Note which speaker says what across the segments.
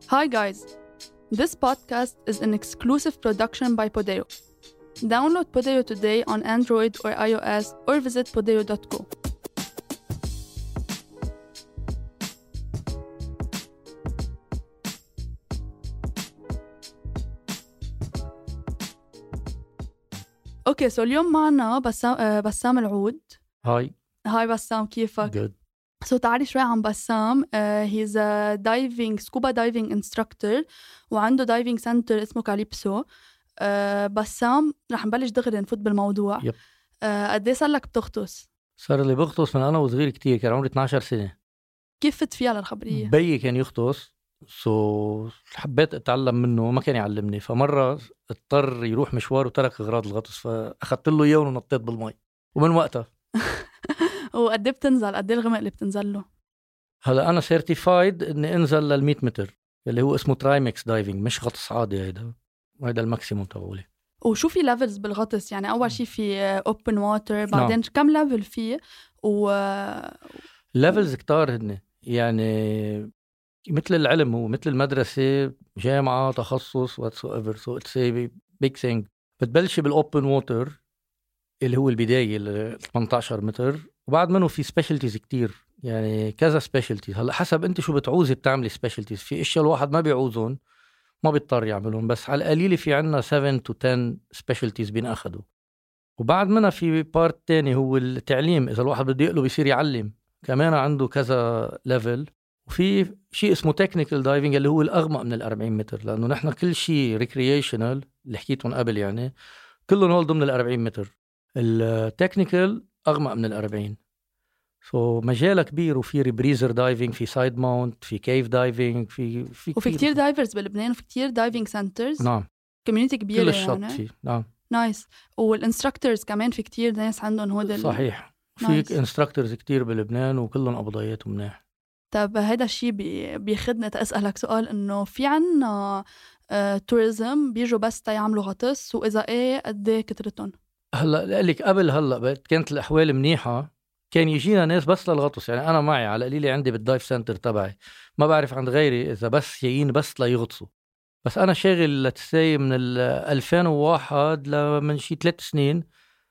Speaker 1: Hi guys, this podcast is an exclusive production by Podeo. Download Podeo today on Android or iOS or visit podeo.co. اوكي سو اليوم معنا بسام العود.
Speaker 2: هاي
Speaker 1: بسام، كيفك؟
Speaker 2: جود.
Speaker 1: سو تعالي شوي عن بسام. هيز دايفنج سكوبا دايفنج انستراكتور وعنده دايفنج سنتر اسمه كاليبسو. بسام رح نبلش دغري نفوت بالموضوع.
Speaker 2: يب.
Speaker 1: قد ايه صار لك بتغطس؟
Speaker 2: صار لي بغطس من انا وصغير كتير، كان عمري 12 سنه.
Speaker 1: كيف فت فيها للخبريه؟
Speaker 2: بيي كان يغطس، حبيت اتعلم منه، ما كان يعلمني، فمره اضطر يروح مشوار وترك اغراض الغطس، فاخذت له اياه ونطيت بالمي، ومن وقتها.
Speaker 1: وقد ايه بتنزل؟ قد ايه الغمق اللي بتنزل له؟
Speaker 2: هلا انا سيرتيفايد اني انزل لل100 متر اللي هو اسمه ترايمكس دايفنج، مش غطس عادي. هيدا الماكسيموم تبعولي.
Speaker 1: وشو في ليفلز بالغطس؟ يعني اول شيء في اوبن واتر، بعدين كم ليفل فيه؟
Speaker 2: ليفلز كتار هن، يعني مثل العلم، هو مثل المدرسة، جامعة، تخصص whatsoever. so it's a big thing. بتبلشي بالopen water اللي هو البداية ال 18 متر، وبعد منه في specialties كتير، يعني كذا specialties. هلا حسب انت شو بتعوزي بتعملي specialties. في اشياء الواحد ما بيعوزهم ما بيضطر يعملهم، بس على القليل في عنا 7 to 10 specialties بينأخدوا. وبعد منها في بارت تاني هو التعليم، إذا الواحد بده يقلب يصير يعلم، كمان عنده كذا ليفل. وفي شيء اسمه تكنيكال دايفنج اللي هو الأغمق من 40 متر، لأنه نحن كل شيء ريكرييشنال اللي حكيتهم قبل، يعني كلهم هول ضمن 40 متر. التكنيكال أغمق من 40. مجالة كبير، وفي ريبريزر دايفنج، في سايد ماونت، في كيف دايفنج،
Speaker 1: وفي كتير دايفرز بلبنان، وفي كتير دايفنج سنترز.
Speaker 2: نعم،
Speaker 1: كوميونيتي كبيرة
Speaker 2: كل الشط
Speaker 1: يعني.
Speaker 2: فيه. نعم،
Speaker 1: نايس. والانستراكتورز كمان في كتير ناس عندهم هودل.
Speaker 2: صحيح، في انستراكتورز كتير بلبنان وكلهم قبضاياتهم منيح.
Speaker 1: طب هذا الشيء بيخدني أسألك سؤال، إنه في عنا توريزم بيجوا بس يعملوا غطس، وإذا إيه قد إيه كترتهم؟ هلا
Speaker 2: لك قبل كانت الأحوال منيحة، كان يجينا ناس بس للغطس. يعني أنا معي على قليلي عندي بالدايف سنتر تبعي، ما بعرف عند غيري إذا بس جايين بس ليغطسوا. بس أنا شاغل لتساي من 2001 لمن شي 3 سنين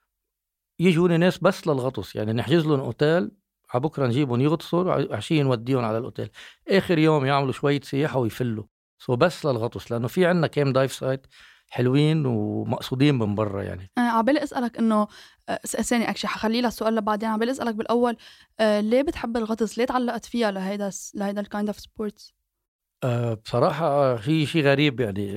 Speaker 2: يجوني ناس بس للغطس، يعني نحجز لهم أوتيل، عبكرة نجيبهم يغطسوا، عشية نوديهم على الأوتيل، آخر يوم يعملوا شوية سياحة ويفلوا. بس للغطس، لأنه في عنا كام دايف سايت حلوين ومقصودين من برا. يعني
Speaker 1: عبالي أسألك إنه ثاني أكشي حخلي لها السؤال لبعدين. عبالي أسألك بالأول، ليه بتحب الغطس؟ ليه تعلقت فيها لهيدا الكايند اوف سبورتس؟
Speaker 2: بصراحة هي شيء غريب، يعني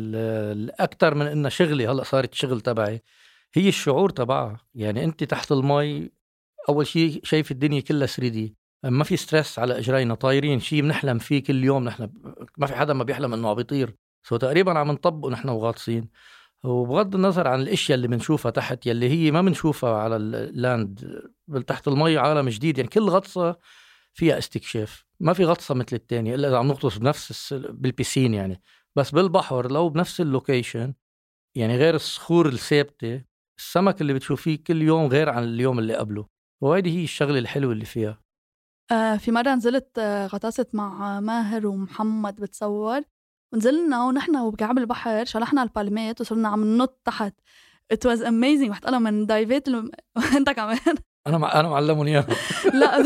Speaker 2: الأكتر من إنه شغلي، هلأ صارت شغل تبعي، هي الشعور تبعها. يعني أنت تحت المي أول شيء شايف الدنيا كلها 3D، ما في ستريس على إجرينا، طايرين، شيء بنحلم فيه كل يوم. نحن ما في حدا ما بيحلم إنه عم بيطير، تقريبا عم نطبق نحن وغاطسين. وبغض النظر عن الاشياء اللي بنشوفها تحت، يلي هي ما بنشوفها على اللاند، تحت المي عالم جديد. يعني كل غطسة فيها استكشاف، ما في غطسة مثل التانية إلا إذا عم نغطس بنفس بالبيسين. يعني بس بالبحر لو بنفس اللوكيشن، يعني غير الصخور الثابتة، السمك اللي بتشوفيه كل يوم غير عن اليوم اللي قبله. وهذه هي الشغلة الحلوة اللي فيها.
Speaker 1: في مرة نزلت غطست مع ماهر ومحمد بتصور، ونزلنا ونحن وبكعب البحر شلحنا البالمات وصرنا عم ننط تحت. It was amazing. واحد قال من دايفات انت كمان.
Speaker 2: انا معلمهم اياها.
Speaker 1: لا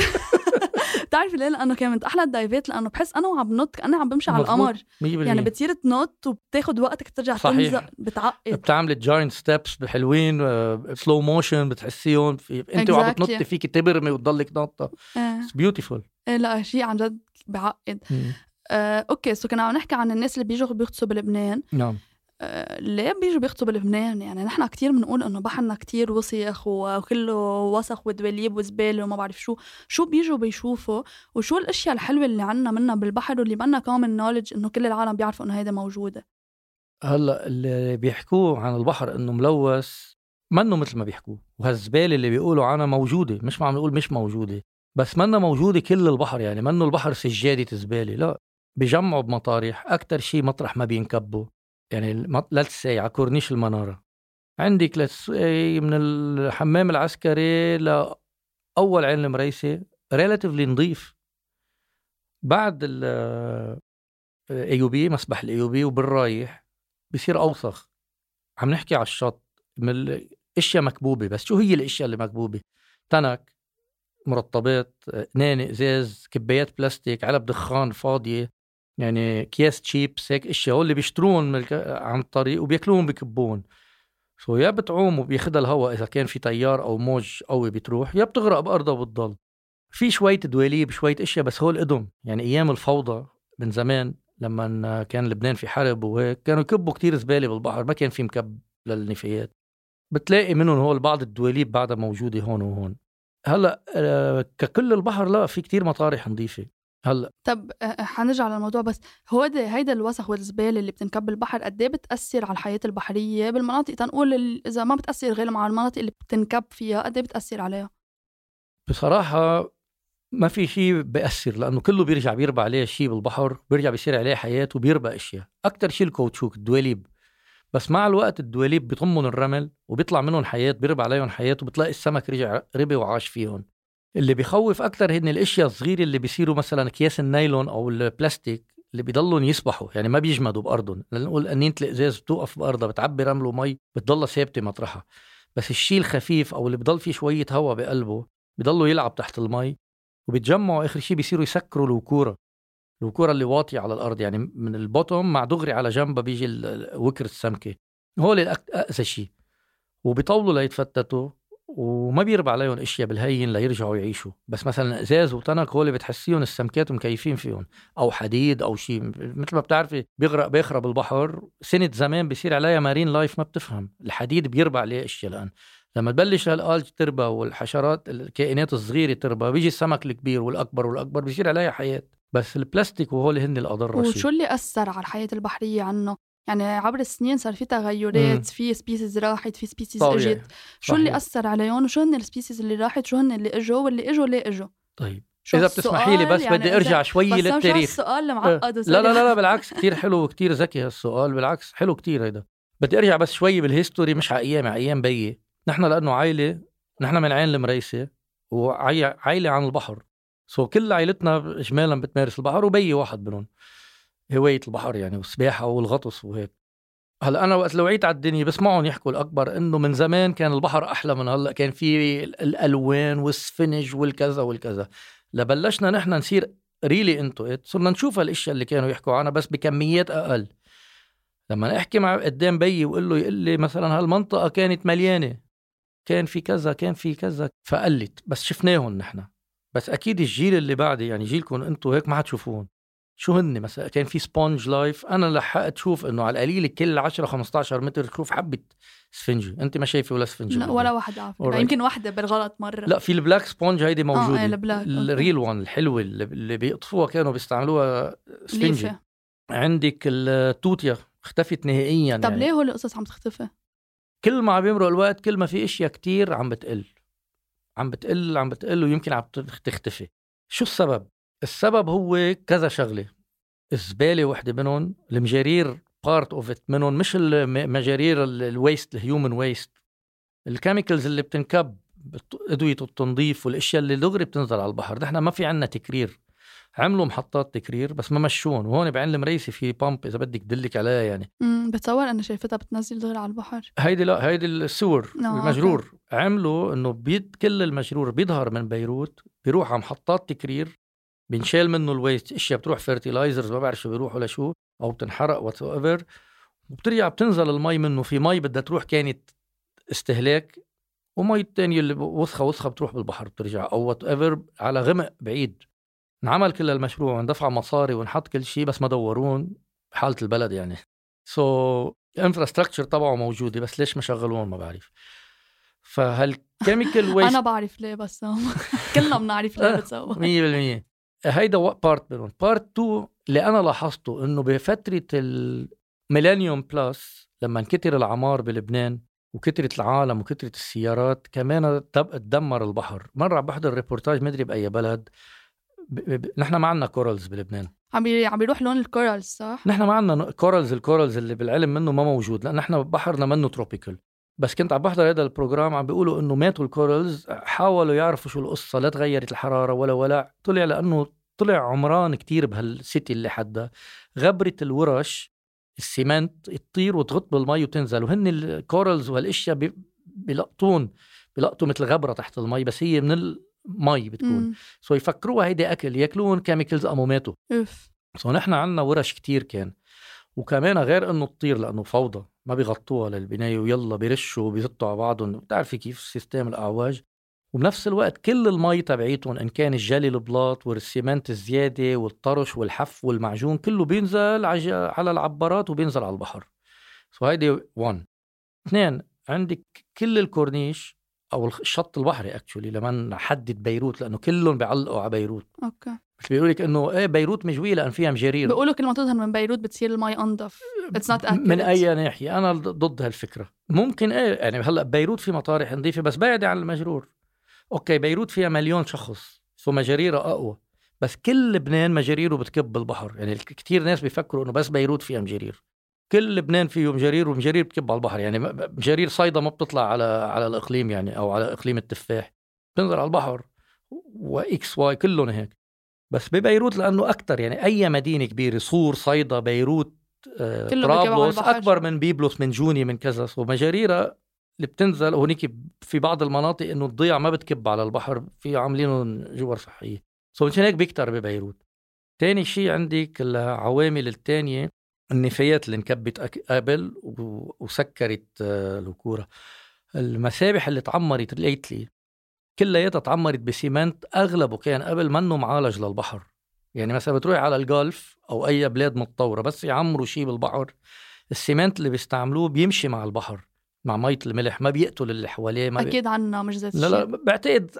Speaker 1: بتعرف ليه؟ لانه كانت احلى الدايفات، لانه بحس انا وعم بنط كاني عم بمشي على القمر. يعني بتصير تنط وبتاخد وقتك ترجع تنزل، بتعقد،
Speaker 2: بتعمل جاينت ستيبس بحلوين، سلو موشن بتحسيهم انت وعم بتنطي فيك تبرمي وتضلك نطه. It's beautiful.
Speaker 1: لا شيء عن جد بعقد. اوكي كنا عم نحكي عن الناس اللي بيجوا بيغطسوا بلبنان.
Speaker 2: نعم.
Speaker 1: ليه بيجوا بيغطسوا بلبنان؟ يعني نحن كتير بنقول انه بحرنا كتير وسخ وكله وسخ ودباليب وزباله وما بعرف شو بيجوا بيشوفوا، وشو الاشياء الحلوه اللي عنا منها بالبحر واللي بدنا كمان نولج انه كل العالم بيعرفوا انه هيدا موجوده.
Speaker 2: هلا اللي بيحكوه عن البحر انه ملوث منه مثل ما بيحكوه، وهالزباله اللي بيقولوا عنها موجوده، مش ما عم نقول مش موجوده، بس منها موجوده كل البحر. يعني منه البحر سجاده زباله، لا، بيجمعوا بمطارح. اكتر شيء مطرح ما بينكبوا، يعني لا تساي على كورنيش المناره، عندك من الحمام العسكري لاول عين المريسه ريلاتيفلي نظيف. بعد ايوبي، مسبح الايوبي، وبالرايح بصير اوسخ. عم نحكي على الشط من الاشياء مكبوبه. بس شو هي الاشياء اللي مكبوبه؟ تنك، مرطبات، ناني ازاز، كبايات بلاستيك، علب دخان فاضيه، يعني اكياس تشيبس، هيك اشياء اللي بيشترون عن الطريق وبياكلوهم بكبون. يا بتعوم وبياخدها الهواء اذا كان في تيار او موج قوي بتروح، يا بتغرق بارضها وبتضل. في شويه دواليب، شويه اشياء، بس هول قدم. يعني ايام الفوضى من زمان لما كان لبنان في حرب وهيك، كانوا يكبوا كتير زباله بالبحر، ما كان في مكب للنفايات. بتلاقي منهم هول بعض الدواليب بعدها موجوده هون وهون. هلا ككل البحر لا، في كتير مطارح نظيفه هلا.
Speaker 1: طب حنرجع للموضوع، بس هيدا الوسخ والزبالة اللي بتنكب البحر قد ايه بتأثر على الحياة البحرية بالمناطق؟ تنقول إذا ما بتأثر غير مع المناطق اللي بتنكب فيها، قد ايه بتأثر عليها؟
Speaker 2: بصراحه ما في شيء بيأثر، لأنه كله بيرجع بيربى عليه شيء بالبحر، بيرجع بيصير عليه حياة وبيربى أشياء. أكتر شيء الكاوتشوك، الدواليب. بس مع الوقت الدواليب بيطمن الرمل وبيطلع منهم حياة، بيربى عليهم حياة، وبتلاقي السمك رجع ربي وعاش فيهم. اللي بيخوف أكتر هن الأشياء الصغيرة اللي بيصيروا، مثلا أكياس النايلون أو البلاستيك اللي بيضلون يسبحوا، يعني ما بيجمدوا بأرضهم. لنقول أنينة الإزاز بتوقف بأرضها، بتعبي رمل ومي، بتضلها ثابتة مطرحها. بس الشيء الخفيف أو اللي بيضل فيه شوية هواء بقلبه بيضلوا يلعب تحت المي، وبيتجمعوا آخر شيء بيصيروا يسكروا الوكورة اللي واطية على الأرض، يعني من البوتوم مع دغري على جنبها بيجي وكر السمكة. هول أقسى شيء، وبيطولوا ليتفتتوا، وما بيربى عليهم اشياء بالهين ليرجعوا يعيشوا. بس مثلا ازاز وتنك هول بتحسيهم السمكات مكيفين فيهم، او حديد او شيء. مثل ما بتعرفي بيخرب البحر سنة زمان بيصير عليها مارين لايف، ما بتفهم الحديد بيربى عليه اشياء. الان لما تبلش هالالج تربى والحشرات الكائنات الصغيرة تربى، بيجي السمك الكبير والاكبر بيصير عليها حياة. بس البلاستيك وهول هن الاضر شيء.
Speaker 1: وشو اللي أثر على الحياة البحرية عنه؟ يعني عبر السنين صار في تغيرات، في سبيسيز راحت، في سبيسيز اجت. شو اللي أثر عليهم؟ وشو هن السبيسيز اللي راحت؟ شو هن اللي اجوا؟ واللي اجوا ليه اجوا؟
Speaker 2: طيب إذا بتسمحي لي بس يعني بدي أرجع شوي للتاريخ.
Speaker 1: السؤال المعقد
Speaker 2: لا بالعكس كتير حلو وكتير ذكي هالسؤال، بالعكس حلو كتير هيدا. بدي أرجع بس شوي بالهيستوري، مش على أيام بيي. نحن لأنه عائلة، نحن من عين المريسة وعائلة عن البحر، كل عائلتنا إجمالا بتمارس البحر، وبيي واحد منهم هواية البحر يعني، والسباحة والغطس وهيك. هلا أنا وقت لو وعيت على الدنيا بسمعهم يحكوا الأكبر إنه من زمان كان البحر أحلى من هلا، كان في الألوان والسفنج والكذا والكذا. لبلشنا نحن نصير ريلي انتو صرنا نشوف الاشياء اللي كانوا يحكوا عنها بس بكميات اقل. لما احكي مع قدام بيي وقول لي مثلا هالمنطقه كانت مليانه، كان في كذا كان في كذا، فقلت. بس شفناهم نحن. بس اكيد الجيل اللي بعدي، يعني جيلكم انتو هيك ما حتشوفون. شو هن مثلا كان في سبونج لايف، انا لحقت شوف انه على القليل كل 10-15 متر تشوف حبه سفنجي. انت ما شايفه ولا سفنجي؟
Speaker 1: لا ولا واحدة يمكن واحدة بالغلط مرة.
Speaker 2: لا في البلاك سبونج هيدي موجودة.
Speaker 1: الريل
Speaker 2: وان الحلوة اللي بيقطفوها كانوا بيستعملوها سفنجي. عندك التوتيا اختفت نهائيا.
Speaker 1: طب يعني ليه هول القصص عم تختفي؟
Speaker 2: كل ما عم يمرق الوقت كل ما في اشياء كتير عم بتقل ويمكن عم تختفي. شو السبب؟ السبب هو كذا شغلة. الزبالة وحدة منهم، المجارير بارت اوف ات منهم، مش المجارير الويست الهيومن ويست، الكيميكلز اللي بتنكب، أدوية التنظيف والاشياء اللي دغري بتنزل على البحر. نحن ما في عنا تكرير. عملوا محطات تكرير بس ما مشون. وهون بعين المريسي في بامب اذا بدك دلك عليها يعني.
Speaker 1: بتصور انا شايفتها بتنزل دغري على البحر.
Speaker 2: هيدي السور المجرور. عملوا انه كل المجرور بيظهر من بيروت، بيروح على محطات تكرير، بنشيل منه الويست، اشياء بتروح فيرتيلايزرز ما بعرف شو بيروحوا لشو، او بتنحرق واتسوفر، وبترجع بتنزل المي منه. في مي بدها تروح كانت استهلاك، ومي التانية اللي وسخة بتروح بالبحر بترجع، او واتسوفر على غمق بعيد. نعمل كل المشروع وندفع مصاري ونحط كل شيء، بس ما دورون حالة البلد يعني. الانفراستراكشر طبعه موجودة، بس ليش ما شغلون ما بعرف. فهالكيميكال ويست
Speaker 1: انا بعرف ليه، بس كلنا بنعرف ليه بتسوي
Speaker 2: 100%. هيدا بارت منهم. بارت 2 اللي أنا لاحظته إنه بفترة الميلينيوم بلس لما انكتر العمار بلبنان وكترت العالم وكترت السيارات، كمان تدمر البحر. مرة بحضر ريبورتاج مدري بأي بلد، نحن ما عنا كورالز بلبنان.
Speaker 1: عم بيروح لون الكورالز صح؟
Speaker 2: نحن ما عنا الكورالز اللي بالعلم منه ما موجود، لأن نحن بحرنا منه تروبيكال. بس كنت عم بحضر هذا البروجرام عم بيقولوا إنه ماتوا الكورالز. حاولوا يعرفوا شو القصة، لا تغيرت الحرارة ولا طلع لأنه طلع عمران كتير بهالسيتي اللي حدا غبرة الورش السيمنت تطير وتغط بالمي وتنزل، وهن الكورلز وهالاشياء بيلقطوا مثل غبرة تحت المي، بس هي من المي بتكون. سو يفكروها هيدي أكل، يأكلون كيميكلز أموماتو. سو نحن عنا ورش كتير كان، وكمان غير انه تطير لانه فوضى ما بيغطوها للبنايه ويلا بيرشوا وبيزتوا على بعضهم، بتعرفي كيف سيستم الاعواج. وبنفس الوقت كل المي تبعيتهم ان كان الجلي البلاط والسيمنت الزياده والطرش والحف والمعجون كله بينزل على العبارات وبينزل على البحر. سو هيدي 1. 2 عندك كل الكورنيش او الشط البحري اكشولي لما نحدد بيروت لانه كلهم بيعلقوا على بيروت.
Speaker 1: اوكي.
Speaker 2: بس بيقولوا لك انه ايه بيروت مجويه لان فيها مجارير.
Speaker 1: بيقولوا كل ما تظهر من بيروت بتصير المي انظف.
Speaker 2: من اي ناحيه؟ انا ضد هالفكره. ممكن ايه يعني هلا بيروت في مطارح نظيفه بس بعيده عن المجرور. اوكي بيروت فيها 1,000,000 شخص سو مجاريرها اقوى، بس كل لبنان مجاريره بتكب بالبحر. يعني كتير ناس بيفكروا انه بس بيروت فيها مجارير، كل لبنان فيه مجارير ومجارير بتكب على البحر. يعني مجارير صيدا ما بتطلع على الاقليم يعني او على اقليم التفاح، بتنزل على البحر واكس واي كلهم هيك. بس ببيروت لانه اكثر يعني اي مدينه كبيره صور صيدا بيروت طرابلس اكبر من بيبلس من جوني من كذا، ومجاريرها اللي بتنزل هونيك في بعض المناطق انه الضيعه ما بتكب على البحر، في عاملينهم جوار صحيه. مشان هيك بيكتر ببيروت. تاني شيء عندك العوامل الثانيه النفايات اللي انكبت قبل وسكرت الوكوره. المسابح اللي تعمرت ليتلي كلها تعمرت بسيمنت اغلبه كان قبل منه معالج للبحر. يعني مثلا بتروح على الجولف او اي بلاد متطوره بس يعمروا شيء بالبحر، السيمنت اللي بيستعملوه بيمشي مع البحر مع ميه الملح، ما بيقتل اللي حواليه.
Speaker 1: اكيد عنا مش زيت
Speaker 2: لا بعتقد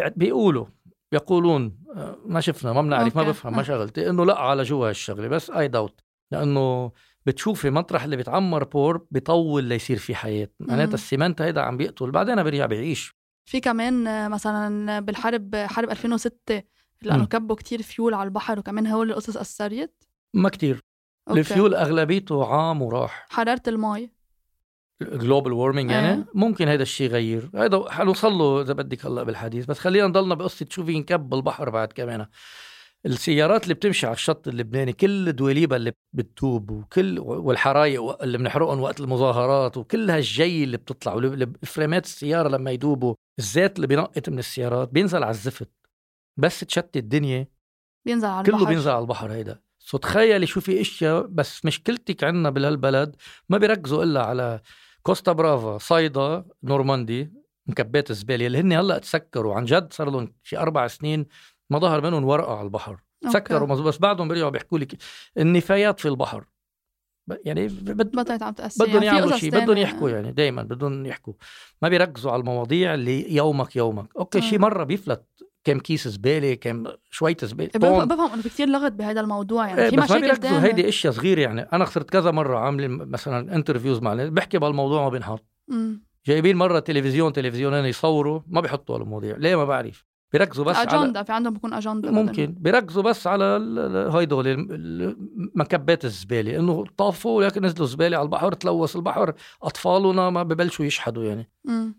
Speaker 2: بيقولون ما شفنا ما بنعرف ما بفهم ما شغلتي انه لا على جوا هالشغله، بس اي داوت لانه بتشوفي مطرح اللي بيتعمر بور بيطول ليصير في حياه، معناتها السيمنت هيدا عم بيقتل بعدين بيرجع بيعيش.
Speaker 1: في كمان مثلا بالحرب حرب 2006 لأنه كبوا كتير فيول على البحر وكمان هول القصص أثرت؟
Speaker 2: ما كتير. الفيول أغلبيته عام وراح.
Speaker 1: حرارة الماء
Speaker 2: global warming يعني ممكن هذا الشيء يغير، هذا حنوصل له إذا بدك هلا بالحديث، بس خلينا نضلنا بقصة شو في ينكب البحر بعد كمان. السيارات اللي بتمشي على الشط اللبناني كل دواليبها اللي بتدوب والحرايق اللي بنحرقهم وقت المظاهرات وكل هالجي اللي بتطلع والفريمات السيارة لما يدوبوا الزيت اللي بينقط من السيارات بينزل على الزفت، بس تشتت الدنيا
Speaker 1: بينزل على
Speaker 2: كله البحر. بينزل على البحر هيدا. سو تخيلي شو في اشياء، بس مشكلتك عنا بهالبلد ما بيركزوا الا على كوستا برافا صيدا نورماندي مكبات الزبالة اللي هن هلا تسكروا عن جد، صار لهم شي 4 سنين ما ظهر منهم ورقة على البحر. سكروا بس بعدهم بيرجعوا بيحكوا لك النفايات في البحر يعني بدهم يعملوا شيء، بدهم يحكوا يعني دايما بدهم يحكوا، ما بيركزوا على المواضيع اللي يومك اوكي شي مرة بيفلت كم كيس زبالة كم شوية زبالة.
Speaker 1: بفهم انه في كتير لغط بهذا الموضوع يعني في
Speaker 2: مشاكل تانية. هيدي اشياء صغيرة يعني انا خسرت كذا مرة عاملين مثلا انترفيوز مع ناس بحكي بالموضوع ما بينحط. جايبين مرة تلفزيونين يصوروا ما بيحطوا على المواضيع ليه ما بعرف، بيركزوا بس
Speaker 1: أجندة في عندهم بيكون أجندة
Speaker 2: ممكن بيركزوا بس على هيدول مكبات الزبالة انه طافوا لكن نزلوا زبالة على البحر تلوث البحر، اطفالنا ما ببلشوا يشحدوا يعني.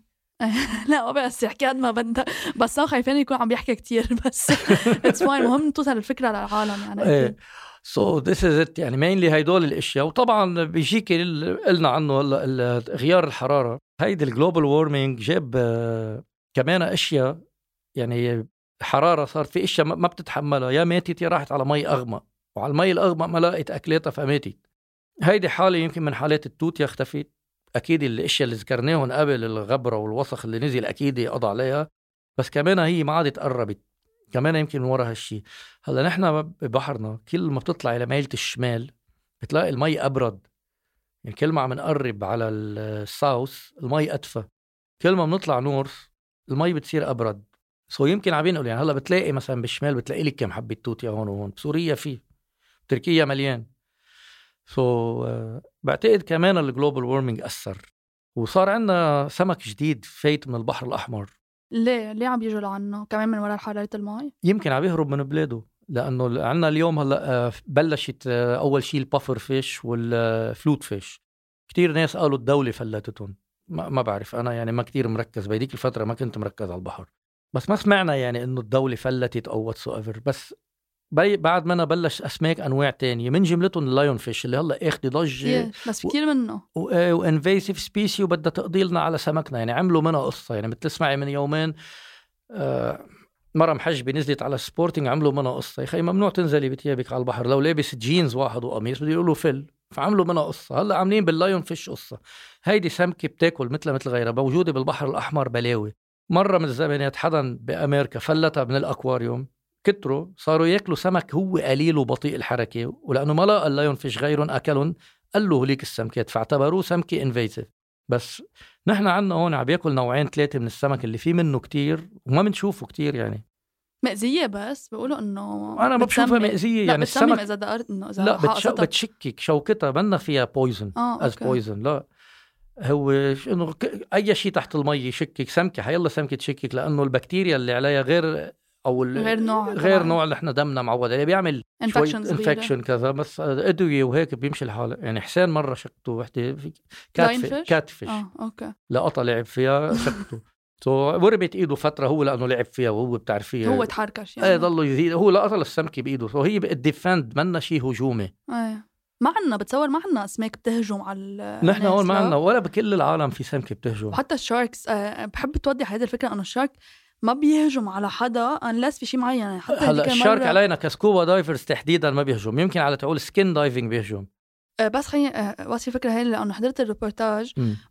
Speaker 1: لا بس يحكي قد ما بدها، بس أنا خايفين يكون عم يحكي كتير بس it's fine. مهم توصل الفكرة للعالم يعني.
Speaker 2: so this is it يعني mainly هيدول الاشياء. وطبعا بيجيك قلنا عنه هلا غيار الحرارة، هيدي الجلوبال وورمينج جاب كمان اشياء يعني حرارة صار في اشياء ما بتتحملها، يا ماتت يا راحت على مي اغمى، وعلى المي الاغمى ما لقيت اكلاتها فماتت. هيدي حالة يمكن من حالات التوت اختفت. اكيد الاشياء اللي ذكرناهم قبل الغبرة والوسخ اللي نزل اكيد يقضى عليها، بس كمان هي ما عادت قربت كمان يمكن ورا هالشي. هلا نحن ببحرنا كل ما بتطلع الى ميلة الشمال بتلاقي المي ابرد، يعني كل ما عم نقرب على الساوث المي ادفى، كل ما بنطلع نورث المي بتصير ابرد. يمكن عم بنقول يعني هلا بتلاقي مثلا بالشمال بتلاقي لك كم حبة توت يا هون وهون، بسوريا فيه، تركيا مليان. بعتقد كمان الجلوبال وورمينج أثر، وصار عندنا سمك جديد فايت من البحر الأحمر.
Speaker 1: ليه عم بيجوا لعنا كمان من وراء حرارة الماء؟
Speaker 2: يمكن عم يهرب من بلاده، لأنه عندنا اليوم هلا بلشت أول شيء البافر فيش والفلوت فيش. كتير ناس قالوا الدولة فلتتهم، ما بعرف أنا يعني ما كتير مركز بهديك الفترة، ما كنت مركز على البحر، بس ما سمعنا يعني إنه الدولة فلتت أو whatsoever. بس بعد ما أنا بلش أسماك أنواع تانية من جملتهم اللايون فيش اللي هلأ اخدي ضجة
Speaker 1: بس في كتير منه
Speaker 2: وانفيسيف سبيسي وبدها تقضيلنا على سمكنا. يعني عملوا منها قصة، يعني بتسمعي من يومين مرة محجبة نزلت على سبورتينج عملوا منها قصة، يا خي ممنوع تنزلي بتيابك على البحر لو لابس جينز واحد وقميص بده يقولوا فل، فعملوا منها قصة. هلا عاملين باللايون فيش قصة، هيدي سمكة بتاكل مثل غيرها، موجودة بالبحر الأحمر بلاوي. مرة من الزمانات حدا بأمريكا فلتها من الأكواريوم، كتروا صاروا ياكلوا سمك هو قليل وبطيء الحركة، ولأنه ما لقى اللايون فيش غيرهم أكلهم قال له هليك السمكات، فاعتبروه سمكة انفيسيف. بس نحن عنا هون عم بياكل نوعين 3 من السمك اللي فيه منه كتير وما بنشوفه كتير. يعني
Speaker 1: مأزية، بس بيقولوا انه
Speaker 2: انا ما بشوفها مأزية. يعني
Speaker 1: السمك اذا دقرت انه اذا
Speaker 2: لا بتشكك شوكتها منا فيها بويزن از بويزن. لا هو انه اي شيء تحت المي يشكك، سمكه حيلا سمكه تشكك لانه البكتيريا اللي عليها غير او غير نوع اللي احنا دمنا معود عليه، بيعمل انفكشن كذا. بس ادويه وهيك بيمشي الحال. يعني حسين مره شكته وحده في كاتفيش
Speaker 1: اوكي
Speaker 2: لقطه لعب فيها شكته وربت ايده فتره هو لانه لعب فيها وهو بتعرفيه
Speaker 1: هو تحركش يعني
Speaker 2: ضله يزيد، هو لقطه السمكه بايده وهي الديفند منا شيء هجومي.
Speaker 1: ما عنا بتصور ما عنا اسماك بتهجم على
Speaker 2: نحن هون ما عنا ولا بكل العالم في سمكه بتهجم.
Speaker 1: وحتى الشاركس بحب توضح هذه الفكره انه الشارك ما بيهجم على حدا unless في شيء معين. حتى
Speaker 2: هلا الشارك علينا كسكوبا دايفرز تحديدا ما بيهجم، يمكن على تعول سكين دايفنج بيهجم.
Speaker 1: بس خليني وصي فكره هي لانه حضرت الريبورتاج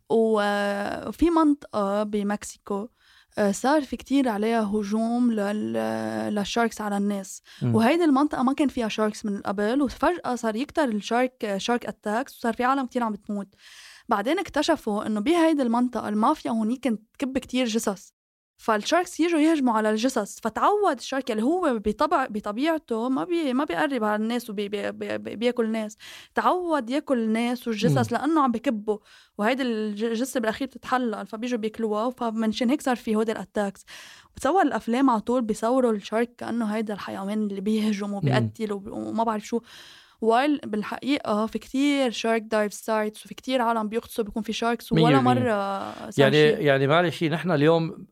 Speaker 1: وفي منطقه بمكسيكو صار في كتير عليها هجوم للشاركس على الناس. وهيدي المنطقة ما كان فيها شاركس من قبل، وفجأة صار يكتر شارك أتاكس وصار في عالم كتير عم بتموت. بعدين اكتشفوا انه بهيدي المنطقة المافيا هونيك تكب كتير جثث، فالشاركس يجوا يهجموا على الجثث. فتعود الشارك اللي هو بطبيعته ما بيقرب على الناس وبياكل الناس، تعود ياكل الناس والجثث لانه عم بكبوا، وهيدي الجثه بالاخير بتتحلل فبيجوا بياكلوها. فمنشان هيك صار في هودي الاتاكس. بتصور الافلام على طول بيصوروا الشارك كانه هيدا الحيوان اللي بيهجم وبيقتل وما بعرف شو، وايل بالحقيقة في كتير شارك دايف سايتس وفي كتير عالم بيغطسوا بيكون في شاركس ولا مرة
Speaker 2: يعني معلش نحن اليوم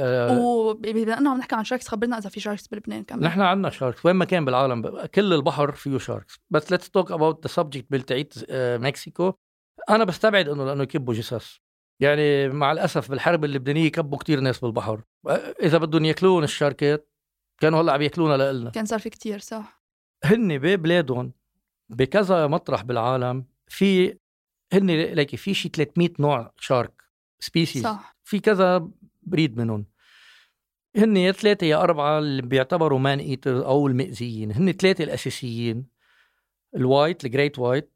Speaker 1: وبما انه عم نحكي عن شاركس خبرنا اذا في شاركس بلبنان كمان.
Speaker 2: نحن عندنا شاركس وين ما كان بالعالم، كل البحر فيه شاركس. بس let's talk about the subject بالتعيد مكسيكو. انا بستبعد انه لانه يكبوا جثث، يعني مع الاسف بالحرب اللبنانيه كبوا كتير ناس بالبحر. اذا بدهم ياكلون الشاركات كانوا هلا عم ياكلونا لنا، كان
Speaker 1: صار في كتير صح.
Speaker 2: هن ببلادهم بكذا مطرح بالعالم في هن لكن في شي 300 نوع شارك سبيسيز
Speaker 1: صح.
Speaker 2: في كذا بريد منهم. هن يا 3 يا 4 اللي بيعتبروا مان ايتر او المئزيين. هن 3 الاساسيين، الوايت الجريت وايت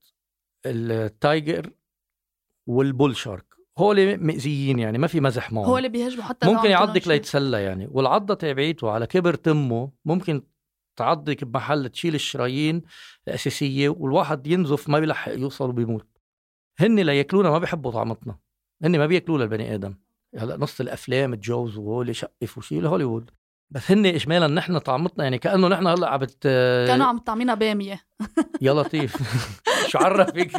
Speaker 2: التايجر والبول شارك. هول مئزيين يعني ما في مزح معهم،
Speaker 1: هو اللي بيهجموا حتى
Speaker 2: ممكن يعضك ليتسلى يعني. والعضة تبعيته على كبر تمه ممكن تعضك بمحل تشيل الشرايين الأساسية والواحد ينزف ما بيلحق يوصل وبيموت. هن لا يأكلونا، ما بيحبوا طعمتنا، هن ما بيأكلوا للبني آدم. هلا نص الأفلام تجوز وهول شقف وشي لهوليوود، بس هن إجمالا نحن طعمتنا يعني كأنه نحن هلا
Speaker 1: كانوا عم طعمينا بامية.
Speaker 2: يا لطيف شو عرفك؟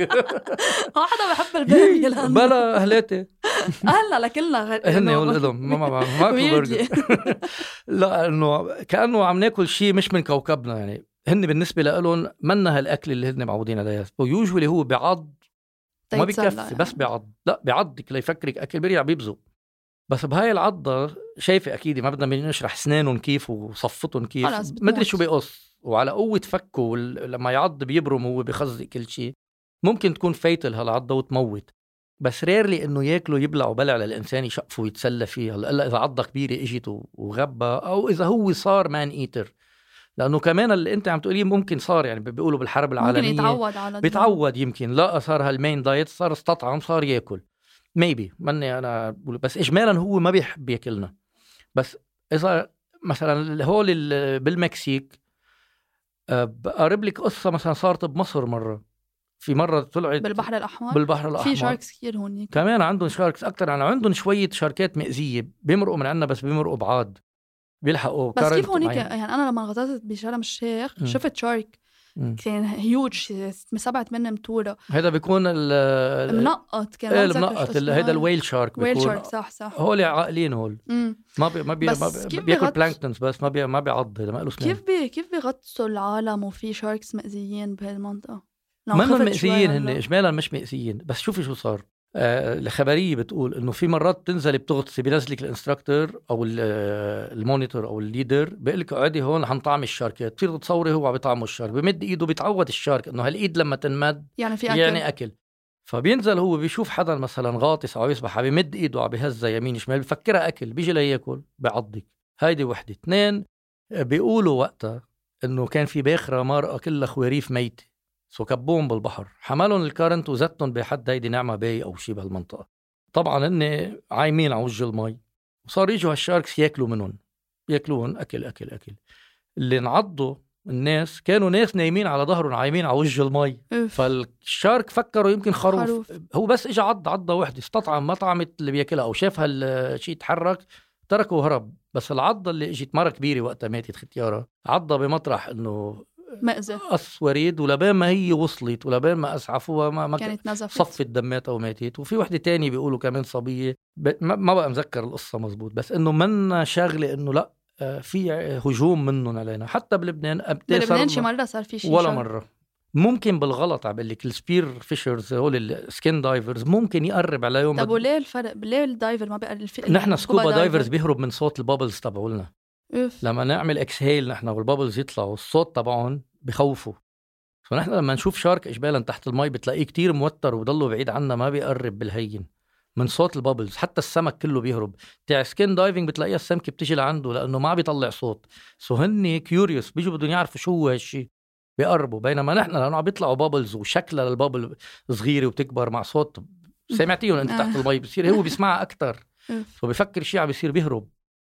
Speaker 1: حدا بحب البامية
Speaker 2: بلا أهلاتي
Speaker 1: هلا لكلنا
Speaker 2: هن ولدهم ما برجر. لا إنه كأنه عم ناكل شيء مش من كوكبنا. يعني هن بالنسبة لهم منا هالأكل اللي هن معودين عليه، ويوجولي هو بعض ما بيكفي يعني. بس بعض لا بعضك ليفكرك أكل بريع بيبزو. بس بهاي العضة شايفة أكيد ما بدنا نشرح سنانهم كيف وصفتهم كيف، ما أدري شو بيقص. وعلى قوة فكه لما يعض بيبرم هو بيخزق كل شيء. ممكن تكون فايتل هالعضة وتموت، بس ريرلي إنه ياكلوا يبلعوا بلع للإنسان يشقفوا ويتسلى فيه. هلا إذا عضة كبيرة إجت وغبى أو إذا هو صار مان إيتر، لأنه كمان اللي أنت عم تقوليه ممكن صار يعني بيقولوا بالحرب العالمية
Speaker 1: ممكن يتعود على
Speaker 2: بيتعود يمكن لا صار هالمين دايت صار استطعم صار ياكل ميبي مني أنا بقول. بس إجمالا هو ما بيحب ياكلنا. بس إذا مثلا هول بالمكسيك بقرب لك قصة مثلا صارت بمصر مرة، في مرة طلعت
Speaker 1: بالبحر الأحمر في شاركس كتير هون
Speaker 2: كمان عندهم شاركس أكتر. يعني عندهم شوية شاركات مئزية بيمرقوا من عنا بس بيمرقوا بعاد بيلحقوا.
Speaker 1: بس كيف هونيك يعني أنا لما غطست بشرم الشيخ شفت شارك كان هيوج 7-8 متورة.
Speaker 2: هذا بيكون
Speaker 1: منقط كمان.
Speaker 2: ايه المنقط هذا الويل شارك
Speaker 1: بيكون.
Speaker 2: ويل
Speaker 1: شارك صح.
Speaker 2: هول عاقلين هول. ما بياكل بلانكتونز بس ما بيعض. هذا ما له سنان.
Speaker 1: كيف بيغطسوا العالم وفي شاركس مأذيين بهالمنطقة؟
Speaker 2: ما مأذيين هن إجمالا مش مأذيين. بس شوفي شو صار. الخبرية بتقول إنه في مرات تنزلي بتغطسي بينزلك الانستراكتور أو المونيتور أو الليدر بيقلك قاعدي هون حنطعم الشاركات. تصير تصوري هو عم بيطعمه الشارك بمد إيده بيتعود الشارك إنه هالإيد لما تنمد
Speaker 1: يعني في
Speaker 2: يعني أكل. فبينزل هو بيشوف حدا مثلا غاطس أو يسبح بمد إيده عم بيهزها يمين شمال بفكرها أكل بيجي لياكل بيعضك. هيدي وحدة. 2 بيقولوا وقتها إنه كان في باخرة مرأة كلها خواريف ميتة سو كبوهم بالبحر حملهم الكارنت وزتهم بحد هيدي نعمة باي أو شي بهالمنطقة. طبعا هن عايمين على وجه المي وصار يجوا هالشاركس ياكلوا منهم ياكلوهم أكل. اللي انعضوا الناس كانوا ناس نايمين على ظهرهم عايمين على وجه المي. فالشارك فكروا يمكن خروف. هو بس اجى عضة واحدة استطعم ما طعمت اللي بياكلها أو شاف هالشي يتحرك تركه وهرب. بس العضة اللي اجت مرة كبيرة وقتها ماتت ختيارة عضة بمطرح إنه
Speaker 1: مأزة
Speaker 2: قص وريد ولبين ما هي وصلت ولبين ما أسعفوها ما
Speaker 1: كانت نزفت
Speaker 2: صفت دماتها وماتت. وفي وحدة تانية بيقولوا كمان صبية ما بقى مذكر القصة مزبوط بس إنه منا شغلة إنه لأ في هجوم منهم علينا. حتى بلبنان
Speaker 1: شي مرة صار في شي
Speaker 2: ولا مرة. ممكن بالغلط عم بقلك السبير فيشرز هول السكين دايفرز ممكن يقرب عليهم.
Speaker 1: طب وليه الفرق؟ ليه الدايفر ما بقى
Speaker 2: نحن سكوبا دايفرز بيهرب من صوت البابلز تبعولنا. لما نعمل اكسهيل نحن والبابلز يطلعوا الصوت تبعهم بخوفوا. فنحن لما نشوف شارك إجبالا تحت المي بتلاقيه كتير موتر وضله بعيد عنا ما بيقرب بالهين من صوت البابلز. حتى السمك كله بيهرب. تاع سكين دايفنج بتلاقيها السمكة بتيجي لعنده لأنه ما بيطلع صوت. هن كيوريوس بيجوا بدهم يعرفوا شو هو هالشي بيقربوا. بينما نحن لأنه عم بيطلعوا بابلز وشكلها للبابل صغيرة وبتكبر مع صوت سمعتيهم أنت تحت المي بصير هو بيسمعها أكتر فبيفكر شي عم بيصير بيهرب.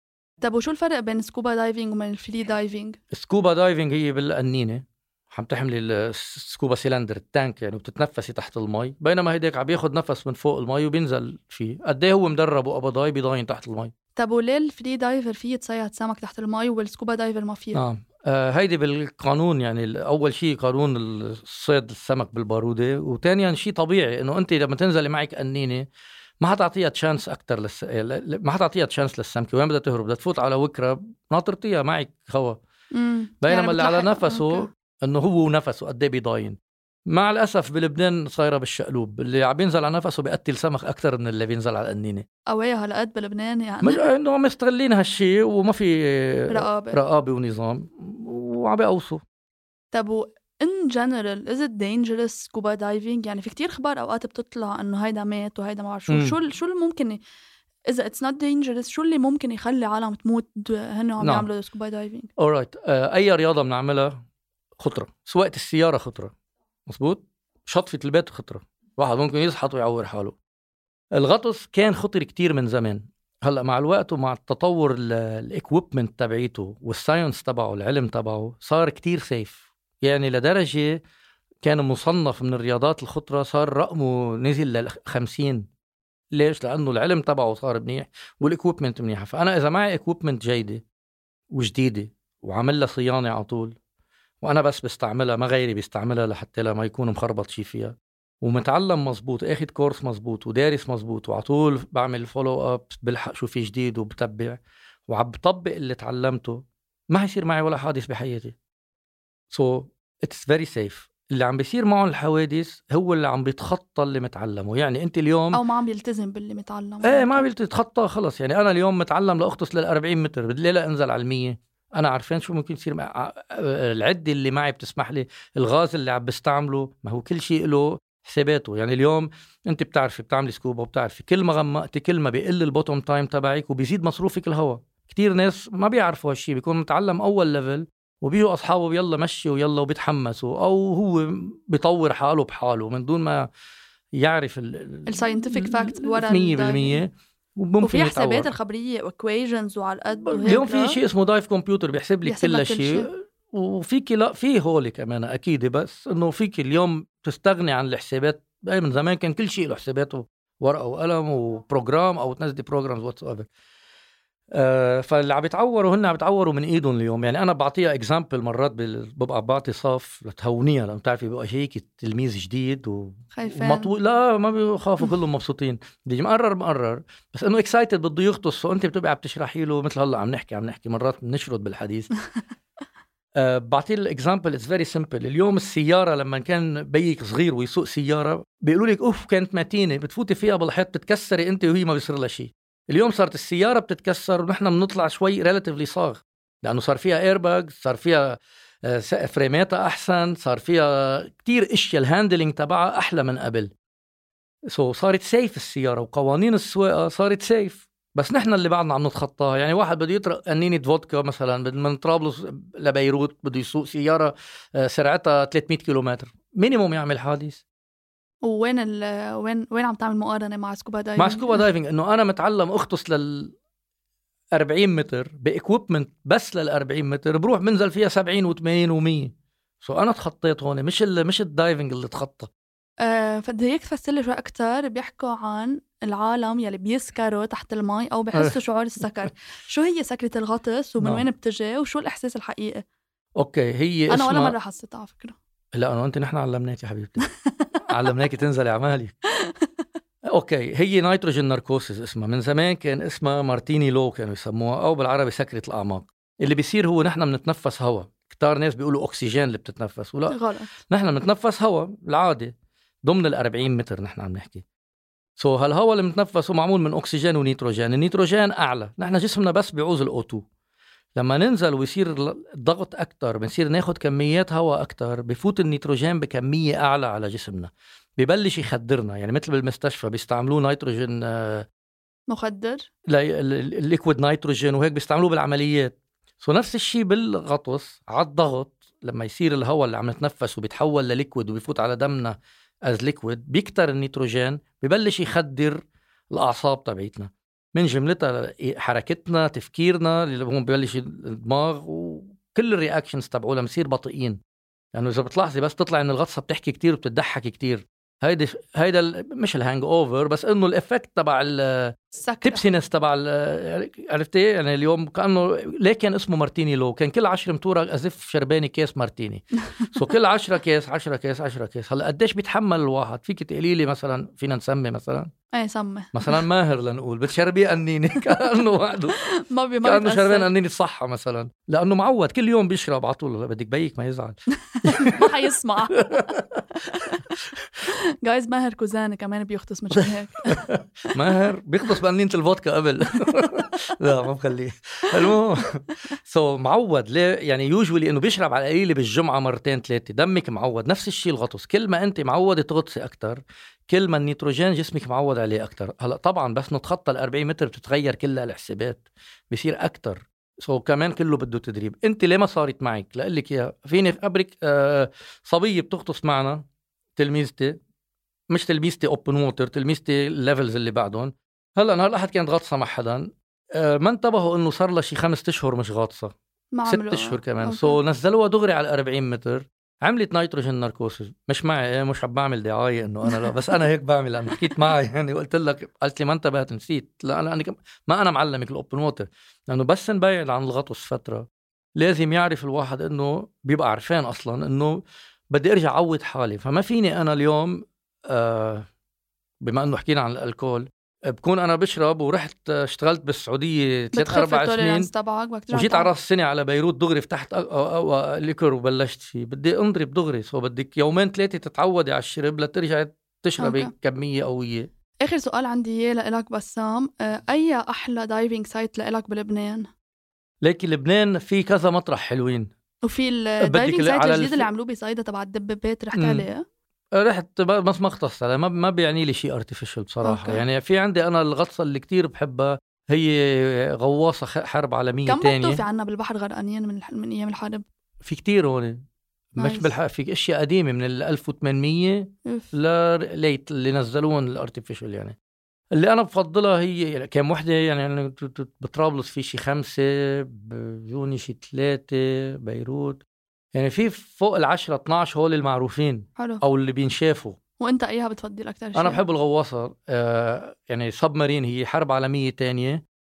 Speaker 1: طب وشو الفرق بين سكوبا دايفنج وبين الفري دايفنج؟
Speaker 2: سكوبا دايفنج هي بالقنينة عم تحملي السكوبا سيلندر التانك يعني وبتتنفسي تحت المي. بينما هيداك عم بياخد نفس من فوق المي وبينزل فيه. قد ايه هو مدرب وقبضاي بيضاين تحت المي.
Speaker 1: طب وليه الفري دايفر فيه تصيد سمك تحت المي والسكوبا دايفر ما فيه؟
Speaker 2: هيدي بالقانون يعني أول شيء قانون الصيد السمك بالبارودة. وثانيا شيء طبيعي إنه أنت لما تنزلي معك قنينة ما حتعطيها تشانس أكتر ما حتعطيها تشانس للسمكة. وين بدها تهرب؟ بدها تفوت على وكرة ناطرتيها معك هوا. بينما يعني اللي على نفسه إنه هو نفسه قد ايه بيضاين. مع الأسف بلبنان صايرة بالشقلوب. اللي عم بينزل على نفسه بيقتل سمك أكتر من اللي بينزل على القنينة.
Speaker 1: قوية هالقد بلبنان يعني
Speaker 2: مش إنه مستغلين هالشي وما في
Speaker 1: رقابة
Speaker 2: ونظام وعم بيقوصوا.
Speaker 1: طب in general is it dangerous scuba diving؟ يعني في كتير خبر أوقات بتطلع إنه هيدا مات وهيدا ما بعرف شو اللي ممكن إذا it's not dangerous شو اللي ممكن يخلي عالم تموت هن عم يعملوا scuba diving؟
Speaker 2: alright. أي رياضة بنعملها خطرة. سواقة السيارة خطرة مظبوط. شطفة البيت خطرة. واحد ممكن يسحط ويعور حاله. الغطس كان خطر كتير من زمان. هلأ مع الوقت ومع التطور الإكويبمنت تبعيته والساينس تبعه العلم تبعه صار كتير سيف. يعني لدرجة كان مصنف من الرياضات الخطرة صار رقمه نزل ل50. ليش؟ لأنه العلم تبعه صار منيح والإكويبمنت منيحة. فأنا إذا معي إكويبمنت جيدة وجديدة وعمل لها صيانة على طول وأنا بس بستعملها ما غيري بيستعملها لحتى ما يكون مخربط شي فيها ومتعلم مزبوط اخد كورس مزبوط ودارس مزبوط وعطول بعمل فولو اب بلحق شو في جديد وبتبع وعم بطبق اللي تعلمته ما هيصير معي ولا حادث بحياتي. so it's very safe. اللي عم بيصير معهم الحوادث هو اللي عم بيتخطى اللي متعلمه. يعني انت اليوم
Speaker 1: او ما عم يلتزم باللي متعلمه.
Speaker 2: ما عم يتخطى خلص. يعني انا اليوم متعلم لاختص لل40 متر بدي لا انزل على 100. انا عارفين شو ممكن يصير العده اللي معي بتسمح لي الغاز اللي عم بستعمله ما هو كل شيء له حساباته. يعني اليوم انت بتعرفي بتعملي سكوبا وبتعرفي كل ما غمقتي كل ما بيقل البوتوم تايم تبعك وبيزيد مصروفك الهواء. كتير ناس ما بيعرفوا هالشي بيكون متعلم اول ليفل وبيجوا اصحابه يلا مشي ويلا وبيتحمسوا او هو بيطور حاله بحاله من دون ما يعرف
Speaker 1: الساينتفك فاكت ورا
Speaker 2: 100%.
Speaker 1: وفي حسابات الخبريه واكويشنز وعلى القد
Speaker 2: اليوم في شيء اسمه دايف كمبيوتر بيحسب لك كل شيء. وفيك لا في هول كمان اكيد بس انه فيك اليوم تستغني عن الحسابات. من زمان كان كل شيء له حساباته ورقه وقلم وبروجرام او تنزلي بروجرامز واتس ايفر. فاللي عم يتعوروا هن عم يتعوروا من ايدهم اليوم. يعني انا بعطيها اكزامبل مرات ببقى بعطي صف لتهونيها، لانه بتعرفي بيبقى هيك تلميذ جديد ومطول، لا ما بيخافوا كلهم مبسوطين، بدي مقرر بس انه اكسايتد بده يغطس، وانت بتبقى عم تشرحي له مثل هلا عم نحكي مرات بنشرد بالحديث. بعطيه الاكزامبل اتس فيري سمبل. اليوم السياره لما كان بيك صغير ويسوق سياره بيقولوا لك اوف كانت متينه، بتفوتي فيها بالحيط بتتكسري انت وهي ما بيصير لها شيء. اليوم صارت السياره بتتكسر ونحن بنطلع شوي ريلاتيفلي صاغ، لانه صار فيها ايرباج، صار فيها فريماتها احسن، صار فيها كتير اشياء، الهاندلينج تبعها احلى من قبل. صارت سيف السياره، وقوانين السواقه صارت سيف. بس نحن اللي بعدنا عم نتخطاها. يعني واحد بده يطرق قنينة فودكا مثلا من طرابلس لبيروت، بده يسوق سيارة سرعتها 300 كيلومتر مينيموم، يعمل حادث.
Speaker 1: وين وين عم تعمل مقارنة مع سكوبا دايفنج؟
Speaker 2: مع سكوبا دايفنج انه انا متعلم اغطس 40 متر باكويبمنت بس 40 متر، بروح بنزل فيها 70 و80 و100. انا تخطيت هون، مش الدايفنج اللي تخطى.
Speaker 1: فبدي هيك تفسر لي شوي اكثر. بيحكوا عن العالم يلي بيسكروا تحت المي او بحسوا شعور السكر. شو هي سكرة الغطس ومن وين بتجي وشو الاحساس الحقيقي؟
Speaker 2: اوكي، هي
Speaker 1: انا ولا مرة حسيتها على فكرة.
Speaker 2: لا انا وانت نحن علمناك يا حبيبتي. علمناك تنزلي عمالي. اوكي، هي نيتروجين ناركوسيس اسمها، من زمان كان اسمها مارتيني لو كانوا يسموها، او بالعربي سكرة الاعماق. اللي بيصير هو نحن بنتنفس هواء، كتار ناس بيقولوا اكسجين اللي بتتنفس، ولا
Speaker 1: غلط،
Speaker 2: نحن بنتنفس هواء العادي ضمن 40 متر نحن عم نحكي. هالهواء اللي بنتنفسه معمول من اكسجين ونيتروجين. النيتروجين اعلى، نحن جسمنا بس بيعوز الاوتو. لما ننزل ويصير الضغط اكتر، بنصير ناخد كميات هواء اكتر، بفوت النيتروجين بكمية اعلى على جسمنا، ببلش يخدرنا. يعني مثل بالمستشفى بيستعملوه نيتروجين
Speaker 1: مخدر،
Speaker 2: الليكويد نيتروجين، وهيك بيستعملوه بالعمليات. نفس الشيء بالغطس، على الضغط لما يصير الهواء اللي عم نتنفس وبيتحول لليكويد وبيفوت على دمنا از ليكويد، بيكتر النيتروجين، ببلش يخدر الاعصاب تبعيتنا، من جملتها حركتنا، تفكيرنا اللي هون ببلش الدماغ، وكل الرياكشنز تبعونا بنصير بطيئين. لانه اذا بتلاحظي بس تطلع ان الغطسه بتحكي كتير وبتضحك كتير، هيدا مش الهانج اوفر، بس انه الافكت تبع التبسينس تبع عرفتي. يعني اليوم كانه ليه كان اسمه مارتيني لو، كان كل 10 متورة ازف شرباني كيس مارتيني. كل 10 كيس 10 كيس 10 كيس. هلا قديش بيتحمل الواحد؟ فيك تقولي لي مثلا فينا نسمي مثلا
Speaker 1: سمي
Speaker 2: مثلا ماهر لنقول بتشربي قنينه كانه وحده كانه شربان قنينه صحه مثلا، لانه معود كل يوم بيشرب على طول. بدك بيك ما يزعل.
Speaker 1: ما حيسمع. جايز ماهر كوزاني كمان بيختص مش هيك.
Speaker 2: ماهر بيختص بقنينة الفودكا قبل. لا ما بخليه. المهم معود ليه، يعني يوجولي انه بيشرب على القليله بالجمعه مرتين ثلاثه. دمك معود. نفس الشيء الغطس، كل ما انت معوده تغطسي اكتر، كل ما النيتروجين جسمك معود عليه اكتر. هلا طبعا بس نتخطى 40 متر بتتغير كلها الحسابات، بيصير اكتر. كمان كله بده تدريب. انت ليه ما صارت معك؟ لأقول لك اياها. فيني ابرك صبيه بتغطس معنا، تلميذتي، مش تلميذتي اوبن ووتر، تلميذتي الليفلز اللي بعدهم. هلا نهار الاحد كانت غاطسه مع حدا، ما انتبهوا انه صار لها شي 5 اشهر مش غاطسه، 6 اشهر كمان. نزلوها دغري على 40 متر، عملت نيتروجين ناركوسيس. مش معي، مش عم بعمل دعايه انه انا لا، بس انا هيك بعمل. لانه حكيت معي يعني قلت لك، قالت لي ما انتبهت نسيت. لا ما انا معلمك الاوبن ووتر، لانه بس نبعد عن الغطس فتره لازم يعرف الواحد انه بيبقى عرفان اصلا انه بدي ارجع اعود حالي. فما فيني انا اليوم بما انه حكينا عن الالكول، بكون انا بشرب ورحت اشتغلت بالسعوديه 3-4 سنين، وجيت على راس السنه على بيروت دغري فتحت ليكر وبلشت فيه. بدي انضرب دغري. بدك 2-3 تتعودي على الشرب لترجعي تشربي كميه قويه.
Speaker 1: اخر سؤال عندي اياه لك بسام، اي احلى دايفنج سايت لك بلبنان؟
Speaker 2: ليكي لبنان في كذا مطرح حلوين،
Speaker 1: وفي الدايفنج سايت الجديد اللي عملوه بصيدا تبع الدبابات، رحت عليه؟
Speaker 2: رحت بس ما اختص عليه، ما بيعني لي شيء ارتفيشال بصراحه. يعني في عندي انا الغطسه اللي كتير بحبها، هي غواصه حرب عالميه
Speaker 1: كم
Speaker 2: تانية.
Speaker 1: كم في عنا بالبحر غرقانين من ايام الحرب؟
Speaker 2: في كتير هون، مش في اشياء قديمه من 1800 لليت اللي نزلوهم الارتفيشال. يعني اللي انا بفضلها هي يعني كم وحده، يعني بطرابلس في شي 5، بجوني شي 3، بيروت يعني في فوق 10-12 هول المعروفين.
Speaker 1: حلو.
Speaker 2: او اللي بينشافوا.
Speaker 1: وانت ايها بتفضل اكتر شيء؟
Speaker 2: انا بحب الغواصه. يعني سبمارين، هي حرب عالميه تانية،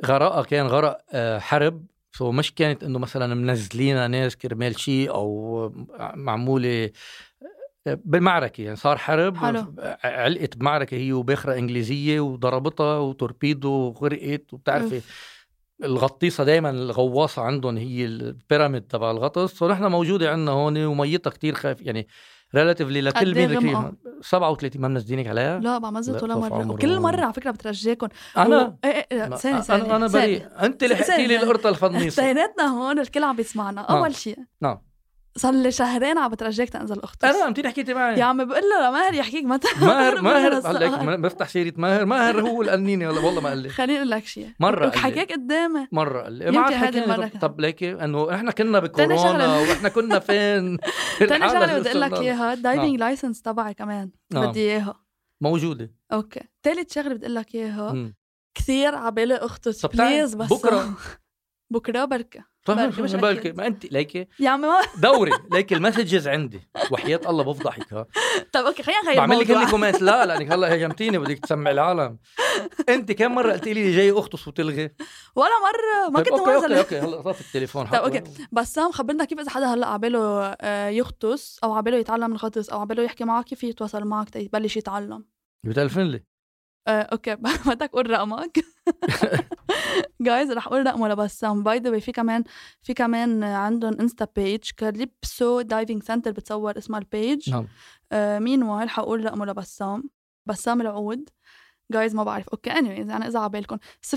Speaker 2: غرقها كان غرق حرب، مش كانت انه مثلا منزلينا ناس كرمال شيء او معموله بالمعركه، يعني صار حرب
Speaker 1: حلو.
Speaker 2: علقت بمعركه هي وباخره انجليزيه وضربتها وتوربيدو وغرقت. وبتعرفي الغطيسه دائما الغواصه عندهم هي البيراميد تبع الغطس، ونحن موجوده عندنا هون وميتها كتير خايف يعني ريلاتيفلي لكل مين كريم. 37 ما منزلينك عليها؟
Speaker 1: لا بعمزت ولا مرة، وكل مرة على فكرة بترجيكم.
Speaker 2: أنا
Speaker 1: أنا
Speaker 2: بريء. أنت اللي حكيتي لي القرطة الفضنيصة.
Speaker 1: سيناتنا هون الكل عم بيسمعنا. أول شيء
Speaker 2: نعم
Speaker 1: صار لي شهرين عم بترجيك تنزل أختص.
Speaker 2: أنا أنت حكيتي معي
Speaker 1: يا عم بقول له لماهر يحكيك متى.
Speaker 2: ماهر هلأ بفتح سيرة ماهر هو القنيني والله ما قال لي.
Speaker 1: خليني أقول لك شيء.
Speaker 2: مرة
Speaker 1: حكيك قدامي.
Speaker 2: مرة قال لي ما عاد حكينا. طب ليكي إنه إحنا كنا بكورونا وإحنا كنا فين.
Speaker 1: تاني شغلة بدي أقول لك إياها، الدايفنج لايسنس تبعي كمان بدي إياها
Speaker 2: موجودة.
Speaker 1: أوكي. ثالث شغلة بدي أقول لك إياها، كثير عبالي أختص بليز بس بكرة بركة
Speaker 2: بالك ما انت ليكي
Speaker 1: يا عمي
Speaker 2: دوري ليكي المسجز عندي وحياة الله بفضحك. ها
Speaker 1: طب اوكي خلينا نغير
Speaker 2: بعمل لك كل كومنت. لا لانك هلا هجمتيني بدك تسمع العالم. انت كم مره قلتي لي جاي اختص وتلغي؟
Speaker 1: ولا مره ما كنت
Speaker 2: منزل. اوكي هلا طفي التليفون.
Speaker 1: طب اوكي بسام خبرنا كيف اذا حدا هلا عباله يختص او عباله يتعلم الغطس او عباله يحكي معك كيف يتواصل معك تبلش يتعلم؟
Speaker 2: بتلفن لي.
Speaker 1: اوكي بدك اقول رقمك؟ جايز رح اقول رقمه لبسام. باي ذا واي في كمان عندهم انستا بيج كاليبسو دايفنج سنتر بتصور اسمها البيج.
Speaker 2: نعم.
Speaker 1: مين وايل حقول رقمه لبسام، بسام العود. جايز ما بعرف. اوكي انيويز يعني اذا عبالكم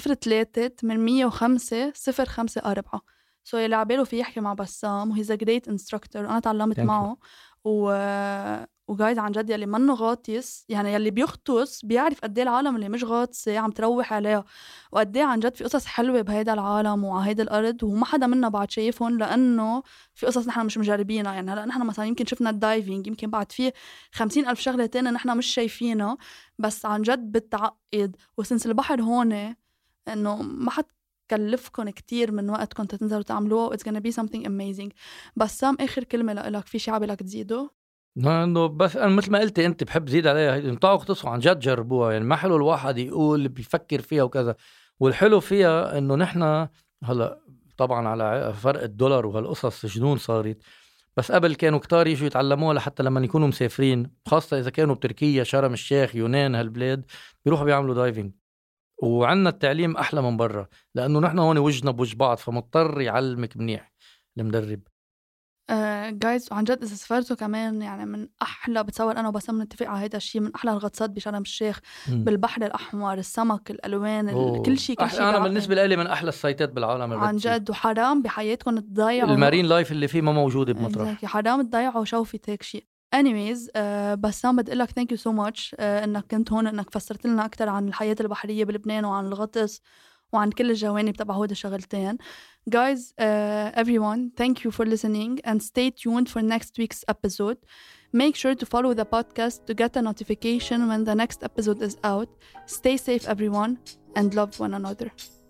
Speaker 1: 03-805-054 سو يلي عباله في يحكي مع بسام وهيز ا جريت انستراكتور وانا تعلمت معه. وجايز عن جد يلي منه غاطس يعني يلي بيغطس بيعرف قد ايه العالم اللي مش غاطسه عم تروح عليها، وقد ايه عن جد في قصص حلوه بهيدا العالم وعلى هيدا الارض وما حدا منا بعد شايفهم، لانه في قصص نحن مش مجربينها. يعني هلا نحن مثلا يمكن شفنا الدايفنج، يمكن بعد فيه 50,000 شغله تانية نحن مش شايفينها، بس عن جد بتعقد. وسنس البحر هون انه ما حد كلفكم كتير من وقتكم تنزلوا تعملوها. It's gonna be something amazing. بس سام آخر كلمة لك، في شي عبالك تزيده؟
Speaker 2: انه بس انا مثل ما قلتي انت بحب زيد عليها. انطوا اختصوا عن جد جربوها. يعني ما حلو الواحد يقول بيفكر فيها وكذا. والحلو فيها انه نحن هلا طبعا على فرق الدولار وهالقصص جنون صارت، بس قبل كانوا كتار يجوا يتعلموها لحتى لما يكونوا مسافرين، خاصة إذا كانوا بتركيا شرم الشيخ يونان هالبلاد بيروحوا بيعملوا دايفنج. وعنا التعليم أحلى من برا لأنه نحن هون وجنا بوج بعض، فمضطر يعلمك منيح المدرب.
Speaker 1: جايز وعن جد إذا سافرتوا كمان يعني من أحلى، بتصور أنا وبسام نتفق على هيدا الشيء، من أحلى الغطسات بشرم الشيخ بالبحر الأحمر، السمك، الألوان، كل شيء
Speaker 2: أنا بالنسبة لي من أحلى السايتات بالعالم
Speaker 1: عن جد. وحرام بحياتكم تضيعوا
Speaker 2: المارين لايف اللي فيه ما موجودة بمطرح.
Speaker 1: حرام تضيعوا شوفة هيك شيء. anyways بسام بدي لك thank you so much إنك كنت هون، إنك فسرت لنا أكتر عن الحياة البحرية بلبنان وعن الغطس وعن كل الجوانب تبع هود الشغلتين. Guys, everyone, thank you for listening and stay tuned for next week's episode. Make sure to follow the podcast to get a notification when the next episode is out. Stay safe, everyone, and love one another.